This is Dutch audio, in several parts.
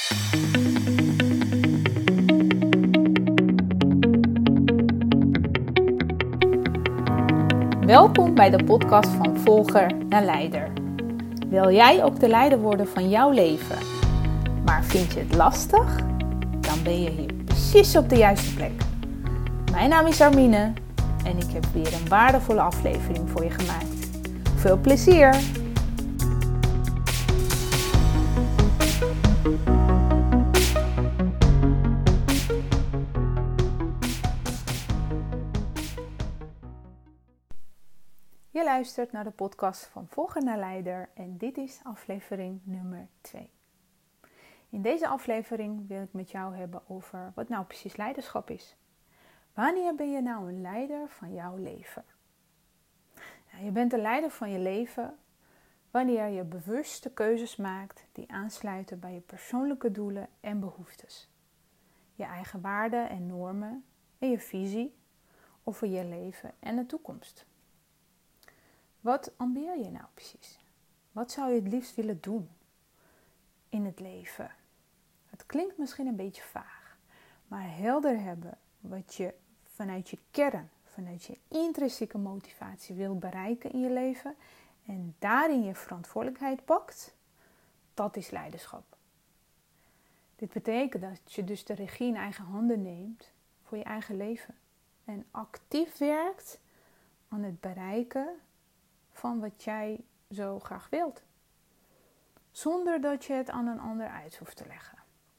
Welkom bij de podcast van Volger naar Leider. Wil jij ook de leider worden van jouw leven? Maar vind je het lastig? Dan ben je hier precies op de juiste plek. Mijn naam is Armine en ik heb weer een waardevolle aflevering voor je gemaakt. Veel plezier! Je luistert naar de podcast van Volger naar Leider en dit is aflevering nummer 2. In deze aflevering wil ik met jou hebben over wat nou precies leiderschap is. Wanneer ben je nou een leider van jouw leven? Nou, je bent een leider van je leven wanneer je bewuste keuzes maakt die aansluiten bij je persoonlijke doelen en behoeftes. Je eigen waarden en normen en je visie over je leven en de toekomst. Wat ambieer je nou precies? Wat zou je het liefst willen doen in het leven? Het klinkt misschien een beetje vaag, maar helder hebben wat je vanuit je kern, vanuit je intrinsieke motivatie wil bereiken in je leven en daarin je verantwoordelijkheid pakt, dat is leiderschap. Dit betekent dat je dus de regie in eigen handen neemt voor je eigen leven en actief werkt aan het bereiken van wat jij zo graag wilt. Zonder dat je het aan een ander uit hoeft te leggen.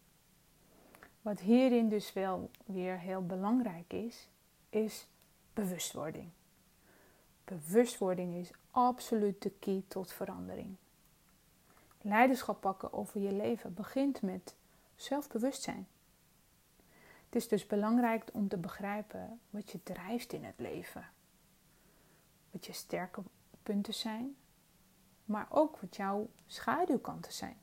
Wat hierin dus wel weer heel belangrijk is bewustwording. Bewustwording is absoluut de key tot verandering. Leiderschap pakken over je leven begint met zelfbewustzijn. Het is dus belangrijk om te begrijpen wat je drijft in het leven. Wat je sterke punten zijn, maar ook wat jouw schaduwkanten zijn.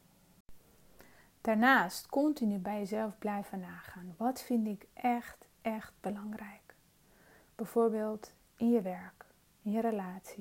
Daarnaast continu bij jezelf blijven nagaan. Wat vind ik echt belangrijk? Bijvoorbeeld in je werk, in je relatie,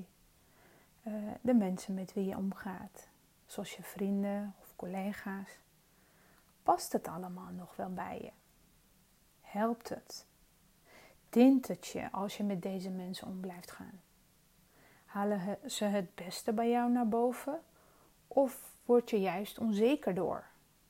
de mensen met wie je omgaat, zoals je vrienden of collega's. Past het allemaal nog wel bij je? Helpt het? Dient het je als je met deze mensen om blijft gaan? Halen ze het beste bij jou naar boven? Of word je juist onzeker door?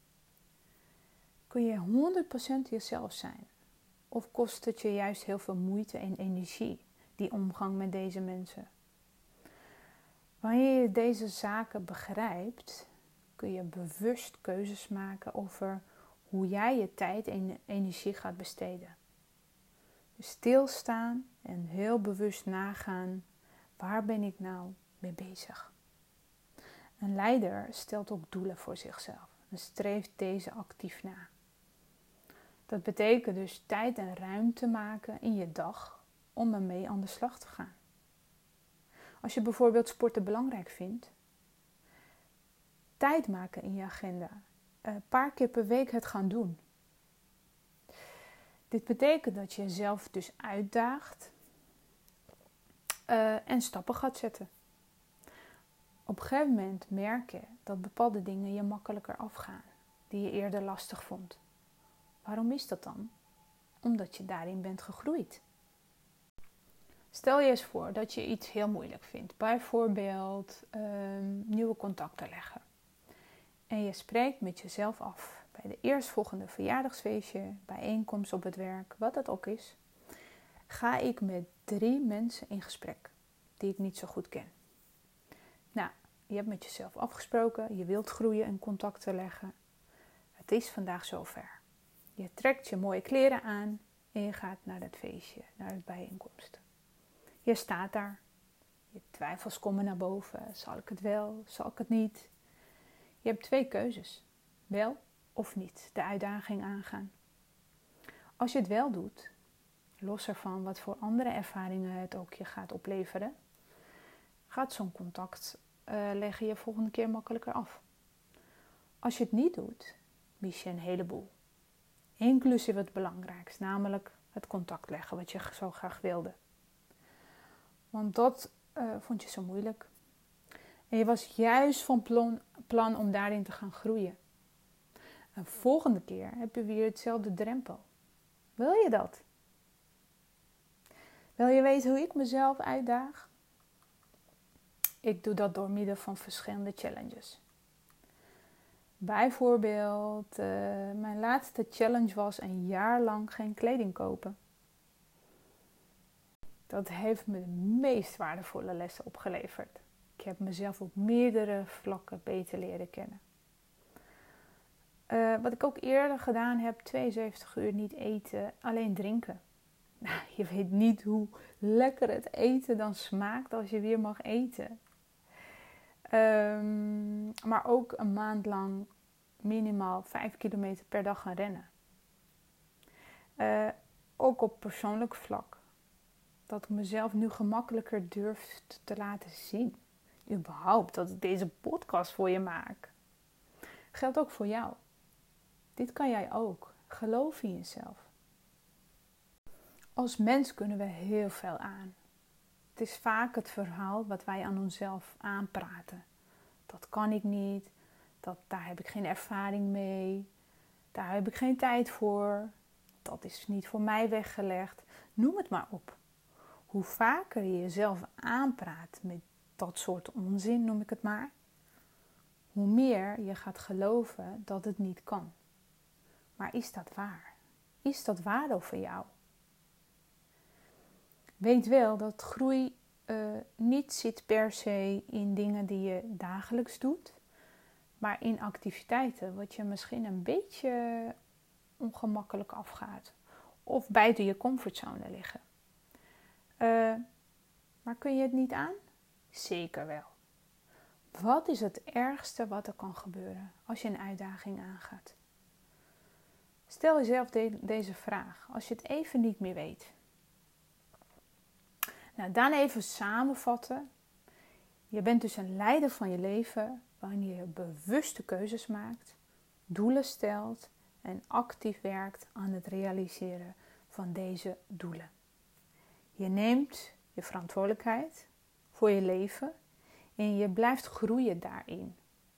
Kun je 100% jezelf zijn? Of kost het je juist heel veel moeite en energie, die omgang met deze mensen? Wanneer je deze zaken begrijpt, kun je bewust keuzes maken over hoe jij je tijd en energie gaat besteden. Dus stilstaan en heel bewust nagaan. Waar ben ik nou mee bezig? Een leider stelt ook doelen voor zichzelf en streeft deze actief na. Dat betekent dus tijd en ruimte maken in je dag om ermee aan de slag te gaan. Als je bijvoorbeeld sporten belangrijk vindt, tijd maken in je agenda. Een paar keer per week het gaan doen. Dit betekent dat je jezelf dus uitdaagt en stappen gaat zetten. Op een gegeven moment merk je dat bepaalde dingen je makkelijker afgaan, die je eerder lastig vond. Waarom is dat dan? Omdat je daarin bent gegroeid. Stel je eens voor dat je iets heel moeilijk vindt. Bijvoorbeeld nieuwe contacten leggen. En je spreekt met jezelf af. Bij de eerstvolgende verjaardagsfeestje, bijeenkomst op het werk, wat dat ook is. Ga ik met 3 mensen in gesprek die ik niet zo goed ken. Nou, je hebt met jezelf afgesproken. Je wilt groeien en contacten leggen. Het is vandaag zover. Je trekt je mooie kleren aan en je gaat naar het feestje, naar de bijeenkomst. Je staat daar. Je twijfels komen naar boven. Zal ik het wel? Zal ik het niet? Je hebt 2 keuzes. Wel of niet de uitdaging aangaan. Als je het wel doet, los ervan wat voor andere ervaringen het ook je gaat opleveren, gaat zo'n contact leggen je volgende keer makkelijker af. Als je het niet doet, mis je een heleboel. Inclusief het belangrijkste, namelijk het contact leggen wat je zo graag wilde. Want dat vond je zo moeilijk. En je was juist van plan om daarin te gaan groeien. En volgende keer heb je weer hetzelfde drempel. Wil je dat? Wil je weten hoe ik mezelf uitdaag? Ik doe dat door middel van verschillende challenges. Bijvoorbeeld, mijn laatste challenge was een jaar lang geen kleding kopen. Dat heeft me de meest waardevolle lessen opgeleverd. Ik heb mezelf op meerdere vlakken beter leren kennen. Wat ik ook eerder gedaan heb, 72 uur niet eten, alleen drinken. Nou, je weet niet hoe lekker het eten dan smaakt als je weer mag eten. Maar ook een maand lang minimaal 5 kilometer per dag gaan rennen. Ook op persoonlijk vlak. Dat ik mezelf nu gemakkelijker durf te laten zien. Überhaupt dat ik deze podcast voor je maak. Geldt ook voor jou. Dit kan jij ook. Geloof in jezelf. Als mens kunnen we heel veel aan. Het is vaak het verhaal wat wij aan onszelf aanpraten. Dat kan ik niet. Daar heb ik geen ervaring mee. Daar heb ik geen tijd voor. Dat is niet voor mij weggelegd. Noem het maar op. Hoe vaker je jezelf aanpraat met dat soort onzin, noem ik het maar, hoe meer je gaat geloven dat het niet kan. Maar is dat waar? Is dat waar over jou? Weet wel dat groei niet zit per se in dingen die je dagelijks doet, maar in activiteiten wat je misschien een beetje ongemakkelijk afgaat of buiten je comfortzone liggen. Maar kun je het niet aan? Zeker wel. Wat is het ergste wat er kan gebeuren als je een uitdaging aangaat? Stel jezelf deze vraag als je het even niet meer weet. Nou, dan even samenvatten. Je bent dus een leider van je leven wanneer je bewuste keuzes maakt, doelen stelt en actief werkt aan het realiseren van deze doelen. Je neemt je verantwoordelijkheid voor je leven en je blijft groeien daarin.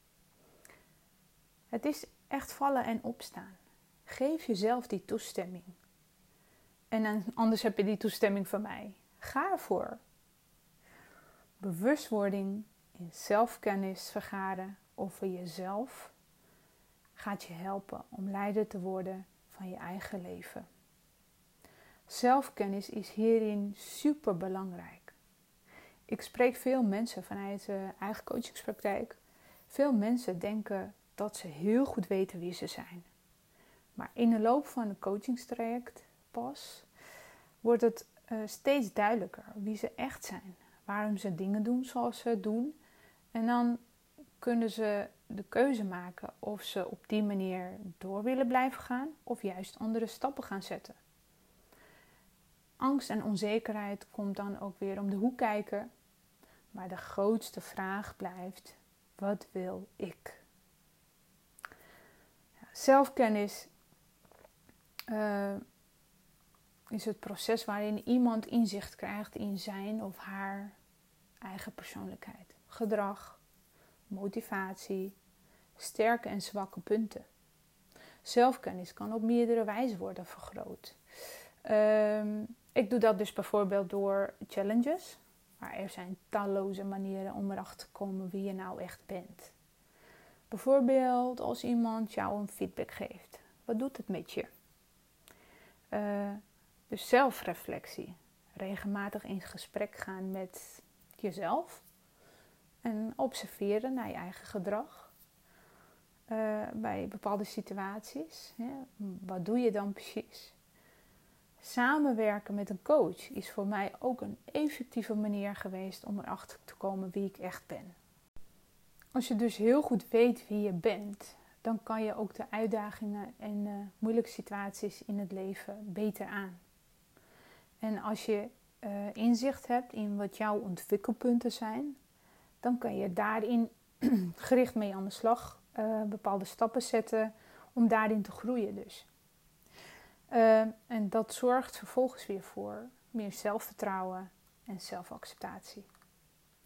Het is echt vallen en opstaan. Geef jezelf die toestemming. En anders heb je die toestemming van mij. Ga ervoor. Bewustwording in zelfkennis vergaren over jezelf gaat je helpen om leider te worden van je eigen leven. Zelfkennis is hierin super belangrijk. Ik spreek veel mensen vanuit eigen coachingspraktijk. Veel mensen denken dat ze heel goed weten wie ze zijn. Maar in de loop van een coachingstraject pas wordt het steeds duidelijker wie ze echt zijn. Waarom ze dingen doen zoals ze het doen. En dan kunnen ze de keuze maken of ze op die manier door willen blijven gaan of juist andere stappen gaan zetten. Angst en onzekerheid komt dan ook weer om de hoek kijken. Maar de grootste vraag blijft, wat wil ik? Zelfkennis is het proces waarin iemand inzicht krijgt in zijn of haar eigen persoonlijkheid, gedrag, motivatie, sterke en zwakke punten. Zelfkennis kan op meerdere wijzen worden vergroot. Ik doe dat dus bijvoorbeeld door challenges. Maar er zijn talloze manieren om erachter te komen wie je nou echt bent. Bijvoorbeeld als iemand jou een feedback geeft. Wat doet het met je? Dus zelfreflectie. Regelmatig in gesprek gaan met jezelf. En observeren naar je eigen gedrag. Bij bepaalde situaties. Wat doe je dan precies? Samenwerken met een coach is voor mij ook een effectieve manier geweest om erachter te komen wie ik echt ben. Als je dus heel goed weet wie je bent, dan kan je ook de uitdagingen en moeilijke situaties in het leven beter aan. En als je inzicht hebt in wat jouw ontwikkelpunten zijn, dan kan je daarin gericht mee aan de slag, bepaalde stappen zetten om daarin te groeien dus. En dat zorgt vervolgens weer voor meer zelfvertrouwen en zelfacceptatie.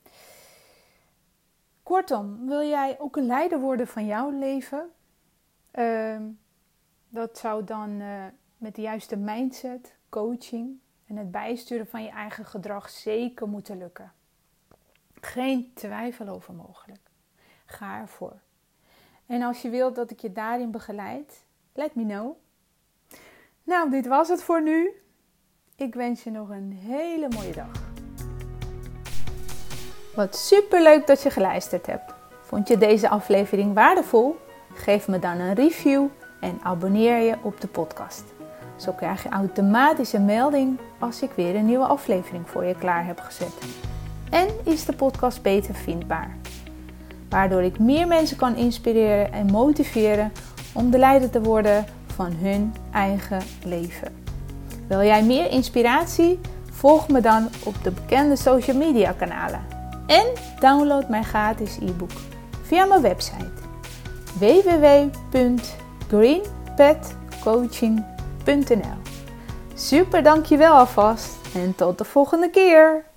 Kortom, wil jij ook een leider worden van jouw leven? Dat zou dan met de juiste mindset, coaching en het bijsturen van je eigen gedrag zeker moeten lukken. Geen twijfel over mogelijk. Ga ervoor. En als je wilt dat ik je daarin begeleid, let me know. Nou, dit was het voor nu. Ik wens je nog een hele mooie dag. Wat superleuk dat je geluisterd hebt. Vond je deze aflevering waardevol? Geef me dan een review en abonneer je op de podcast. Zo krijg je automatisch een melding als ik weer een nieuwe aflevering voor je klaar heb gezet. En is de podcast beter vindbaar. Waardoor ik meer mensen kan inspireren en motiveren om de leider te worden van hun eigen leven. Wil jij meer inspiratie? Volg me dan op de bekende social media kanalen. En download mijn gratis e-book via mijn website www.greenpathcoaching.nl. Super, dankjewel alvast en tot de volgende keer!